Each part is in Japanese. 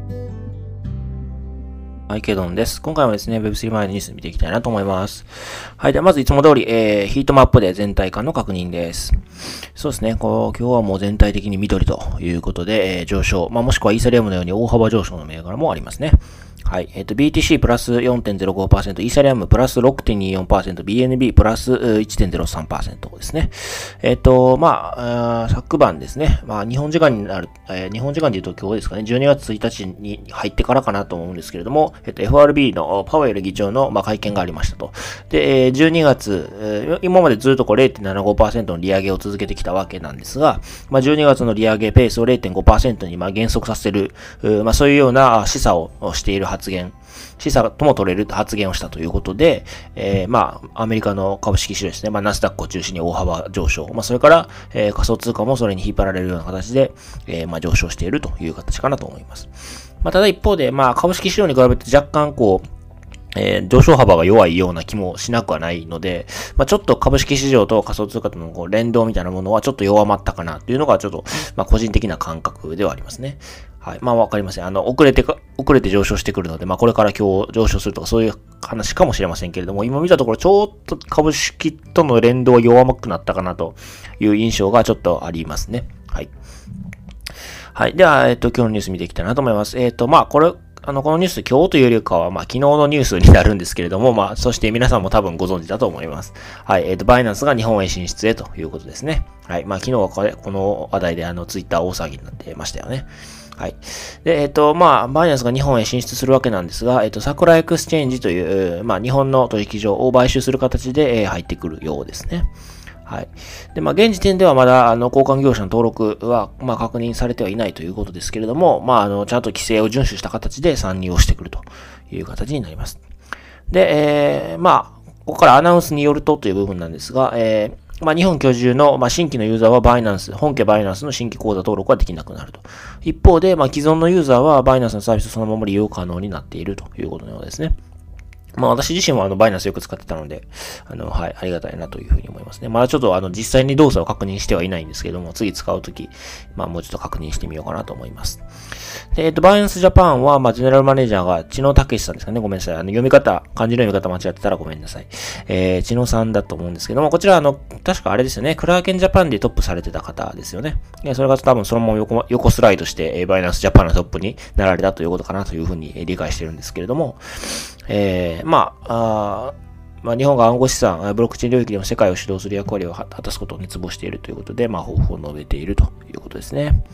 はい、ケドンです。今回もですね、Web3 前のニュース見ていきたいなと思います。はい、ではまずいつも通り、ヒートマップで全体感の確認です。そうですね、今日はもう全体的に緑ということで、上昇、もしくはイーサリアムのように大幅上昇の銘柄もありますね。はい。BTC プラス 4.05%、イーサリアムプラス 6.24%、BNB プラス 1.03% ですね。昨晩ですね。日本時間になる、日本時間で言うと今日ですかね、12月1日に入ってからかなと思うんですけれども、FRB のパウエル議長の会見がありましたと。で、12月、今までずっと0.75% の利上げを続けてきたわけなんですが、12月の利上げペースを 0.5% に減速させる、そういうような示唆をしている示唆とも取れる発言をしたということで、アメリカの株式市場ですね、ナスダックを中心に大幅上昇、それから、仮想通貨もそれに引っ張られるような形で、上昇しているという形かなと思います。ただ一方で、株式市場に比べて若干上昇幅が弱いような気もしなくはないので、ちょっと株式市場と仮想通貨との連動みたいなものはちょっと弱まったかなというのがちょっと、個人的な感覚ではありますね。はい。わかりません。遅れて上昇してくるので、これから今日上昇するとかそういう話かもしれませんけれども、今見たところちょっと株式との連動が弱くなったかなという印象がちょっとありますね。はい。はい。では、今日のニュース見ていきたいなと思います。このニュース、今日というよりかは、昨日のニュースになるんですけれども、そして皆さんも多分ご存知だと思います。はい。バイナンスが日本へ進出へということですね。はい。昨日はこの話題でツイッター大騒ぎになってましたよね。はい。で、バイナンスが日本へ進出するわけなんですが、桜エクスチェンジという、日本の取引所を買収する形で、入ってくるようですね。はい。で、現時点ではまだ、交換業者の登録は、確認されてはいないということですけれども、ちゃんと規制を遵守した形で参入をしてくるという形になります。で、ここからアナウンスによるとという部分なんですが、日本居住の、新規のユーザーはバイナンス、本家バイナンスの新規口座登録はできなくなると。一方で、既存のユーザーはバイナンスのサービスをそのまま利用可能になっているということのようですね。私自身もバイナンスよく使ってたので、はい、ありがたいなというふうに思いますね。まだちょっと実際に動作を確認してはいないんですけども、次使うとき、もうちょっと確認してみようかなと思います。で、バイナンスジャパンは、ジェネラルマネージャーが千野武さんですかね。ごめんなさい。漢字の読み方間違ってたらごめんなさい。千野さんだと思うんですけども、こちら確かあれですよね。クラーケンジャパンでトップされてた方ですよね。それが多分そのまま横スライドして、バイナンスジャパンのトップになられたということかなというふうに理解してるんですけれども、日本が暗号資産、ブロックチェーン領域でも世界を主導する役割を果たすことを熱望しているということで、抱負を述べているということですね。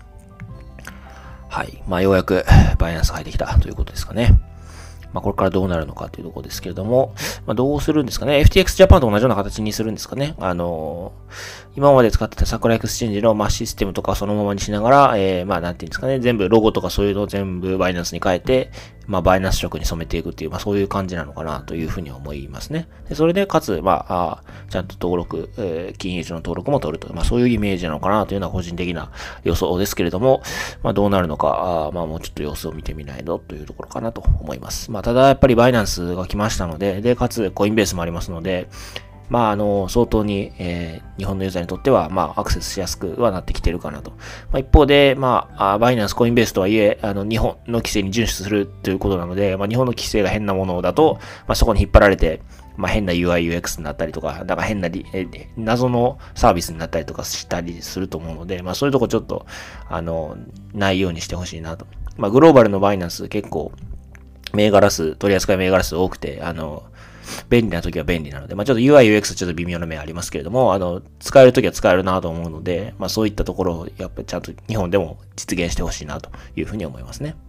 はい。ようやくバイナンスが入ってきたということですかね。これからどうなるのかというところですけれども、どうするんですかね。FTX ジャパンと同じような形にするんですかね。今まで使ってた桜エクスチェンジのシステムとかそのままにしながら、なんていうんですかね。全部ロゴとかそういうのを全部バイナンスに変えて、バイナンス色に染めていくっていう、そういう感じなのかなというふうに思いますね。でそれで、かつ、ちゃんと登録、金融庁の登録も取ると。そういうイメージなのかなというのは個人的な予想ですけれども、どうなるのか、もうちょっと様子を見てみないとというところかなと思います。ただやっぱりバイナンスが来ましたので、で、かつコインベースもありますので、相当に、日本のユーザーにとっては、アクセスしやすくはなってきているかなと。一方で、バイナンス、コインベースとはいえ、日本の規制に遵守するということなので、日本の規制が変なものだと、そこに引っ張られて、変な UI、UX になったりとか、変な謎のサービスになったりとかしたりすると思うので、そういうとこちょっと、ないようにしてほしいなと。グローバルのバイナンス結構、取り扱い銘柄数多くて、便利な時は便利なので、ちょっと UI、UX ちょっと微妙な面ありますけれども、使える時は使えるなと思うので、そういったところをやっぱりちゃんと日本でも実現してほしいなというふうに思いますね。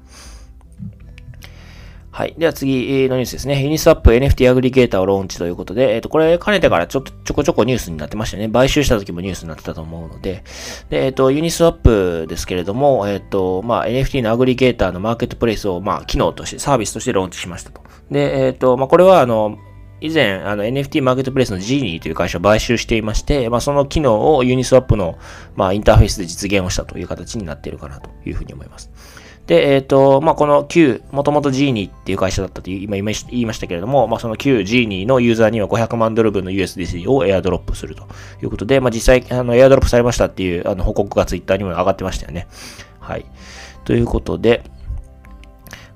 はい。では次のニュースですね。ユニスワップ NFT アグリゲーターをローンチということで、これかねてからちょこちょこニュースになってましたね。買収した時もニュースになってたと思うので、で、ユニスワップですけれども、NFT のアグリゲーターのマーケットプレイスを、機能として、サービスとしてローンチしましたと。で、これは以前、NFT マーケットプレイスの Genie という会社を買収していまして、その機能をユニスワップの、インターフェースで実現をしたという形になっているかなというふうに思います。で、この旧、もともと Genie っていう会社だったと今言いましたけれども、その旧 Genie のユーザーには500万ドル分の USDC をエアドロップするということで、実際、エアドロップされましたっていう報告が Twitter にも上がってましたよね。はい。ということで、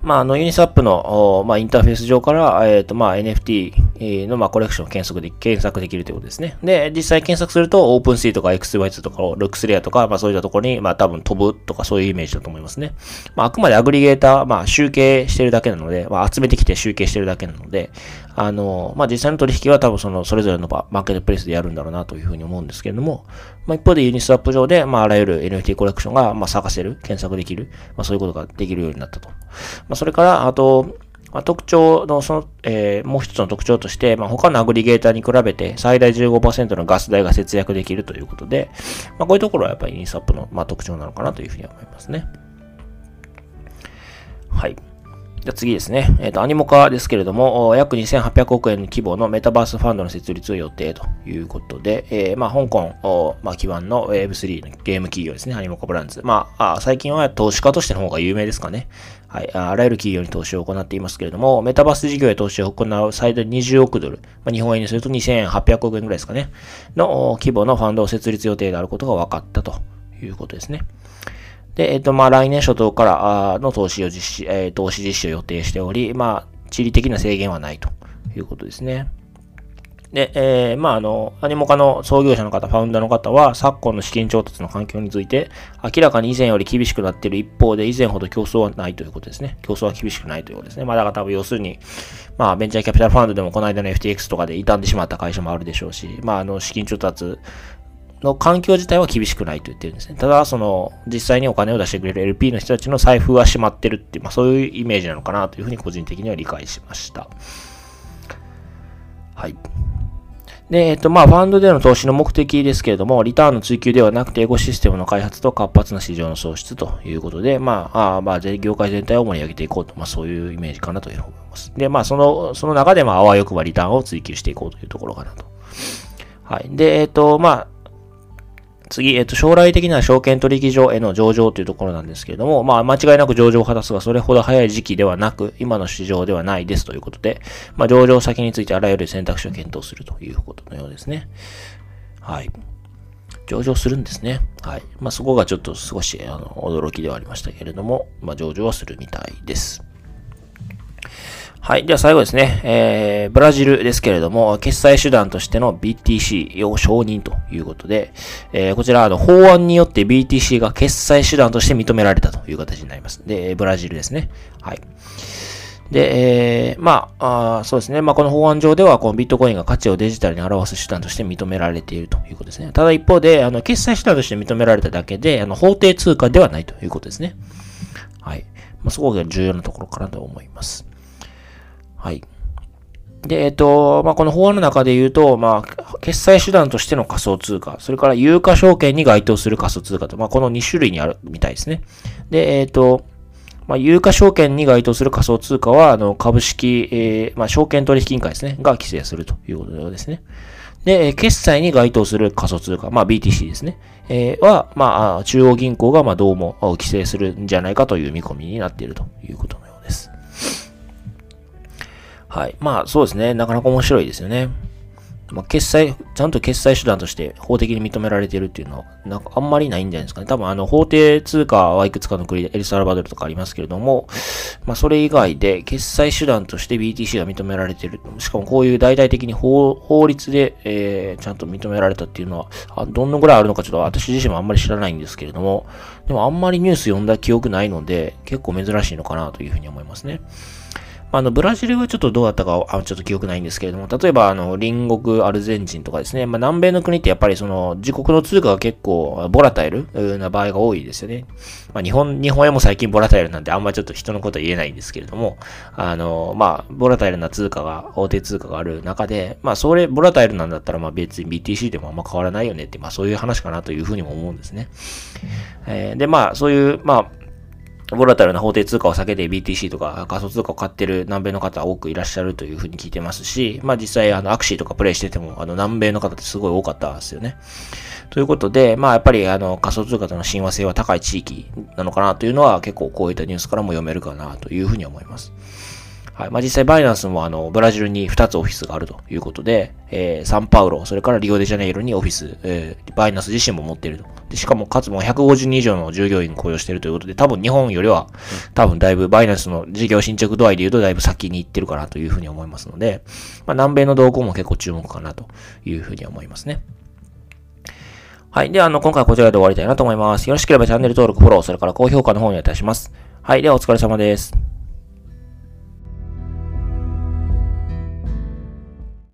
ユニスワップの、インターフェース上から、NFT の、コレクションを検索できるということですね。で、実際検索すると、OpenSea とか XY2 とか、LooksRare とか、そういったところに、多分飛ぶとかそういうイメージだと思いますね。あくまでアグリゲーター、集計してるだけなので、集めてきて集計してるだけなので、実際の取引は多分それぞれのマーケットプレイスでやるんだろうなというふうに思うんですけれども、一方でユニスワップ上で、あらゆる NFT コレクションが、探せる、検索できる、そういうことができるようになったと。それから、あと、特徴の、もう一つの特徴として、他のアグリゲーターに比べて最大 15% のガス代が節約できるということで、こういうところはやっぱりユニスワップの、特徴なのかなというふうに思いますね。はい。じゃあ次ですね。アニモカですけれども、約2800億円規模のメタバースファンドの設立を予定ということで、香港基盤の Web3 のゲーム企業ですね。アニモカブランズ。最近は投資家としての方が有名ですかね。はい。あらゆる企業に投資を行っていますけれども、メタバース事業へ投資を行う最大20億ドル。日本円にすると2800億円ぐらいですかね。の規模のファンドを設立予定であることが分かったということですね。で、来年初頭からの投資実施を予定しており、地理的な制限はないということですね。で、アニモカの創業者の方、ファウンダーの方は、昨今の資金調達の環境について、明らかに以前より厳しくなっている一方で、以前ほど競争はないということですね。競争は厳しくないということですね。だから多分要するに、ベンチャーキャピタルファンドでもこの間の FTX とかで傷んでしまった会社もあるでしょうし、資金調達、の環境自体は厳しくないと言ってるんですね。ただ、実際にお金を出してくれる LP の人たちの財布は閉まってるっていう、そういうイメージなのかなというふうに個人的には理解しました。はい。で、ファンドでの投資の目的ですけれども、リターンの追求ではなくて、エコシステムの開発と活発な市場の創出ということで、業界全体を盛り上げていこうと、そういうイメージかなというふうに思います。で、その中で、あわよくばリターンを追求していこうというところかなと。はい。で、次、将来的な証券取引所への上場というところなんですけれども、間違いなく上場を果たすが、それほど早い時期ではなく、今の市場ではないですということで、上場先についてあらゆる選択肢を検討するということのようですね。はい。上場するんですね。はい。そこがちょっと少し、驚きではありましたけれども、上場はするみたいです。はい。では最後ですね。ブラジルですけれども、決済手段としての BTC を承認ということで、こちら、法案によって BTC が決済手段として認められたという形になります。で、ブラジルですね。はい。で、そうですね。この法案上では、このビットコインが価値をデジタルに表す手段として認められているということですね。ただ一方で、決済手段として認められただけで、法定通貨ではないということですね。はい。そこが重要なところかなと思います。はい。で、この法案の中で言うと、決済手段としての仮想通貨、それから有価証券に該当する仮想通貨と、この2種類にあるみたいですね。で、有価証券に該当する仮想通貨は、株式、証券取引委員会ですね、が規制するということですね。で、決済に該当する仮想通貨、BTC ですね、は、中央銀行が、どうも規制するんじゃないかという見込みになっているということのようです。はい。そうですね。なかなか面白いですよね。ちゃんと決済手段として法的に認められているっていうのは、あんまりないんじゃないですかね。多分法定通貨はいくつかの国でエルサルバドルとかありますけれども、それ以外で決済手段として BTC が認められている。しかもこういう大々的に法律で、ちゃんと認められたっていうのは、どのぐらいあるのかちょっと私自身もあんまり知らないんですけれども、でもあんまりニュース読んだ記憶ないので、結構珍しいのかなというふうに思いますね。ブラジルはちょっとどうだったか、ちょっと記憶ないんですけれども、例えば、隣国アルゼンチンとかですね、南米の国ってやっぱり自国の通貨が結構、ボラタイルな場合が多いですよね。日本円も最近ボラタイルなんであんまりちょっと人のことは言えないんですけれども、ボラタイルな通貨が、法定通貨がある中で、ボラタイルなんだったら、別に BTC でもあんま変わらないよねって、そういう話かなというふうにも思うんですね。で、そういう、ボラタイルな法定通貨を避けて BTC とか仮想通貨を買ってる南米の方は多くいらっしゃるというふうに聞いてますし、実際アクシーとかプレイしてても南米の方ってすごい多かったですよね。ということで、やっぱり仮想通貨との親和性は高い地域なのかなというのは結構こういったニュースからも読めるかなというふうに思います。 はい。まあ、実際バイナンスもブラジルに2つオフィスがあるということで、サンパウロ、それからリオデジャネイロにオフィス、バイナンス自身も持っていると。で、しかもかつも150人以上の従業員雇用しているということで、多分日本よりは、多分だいぶバイナンスの事業進捗度合いで言うとだいぶ先に行ってるかなというふうに思いますので、まあ、南米の動向も結構注目かなというふうに思いますね。はい。では、今回はこちらで終わりたいなと思います。よろしければチャンネル登録、フォロー、それから高評価の方にお願いいたします。はい。では、お疲れ様です。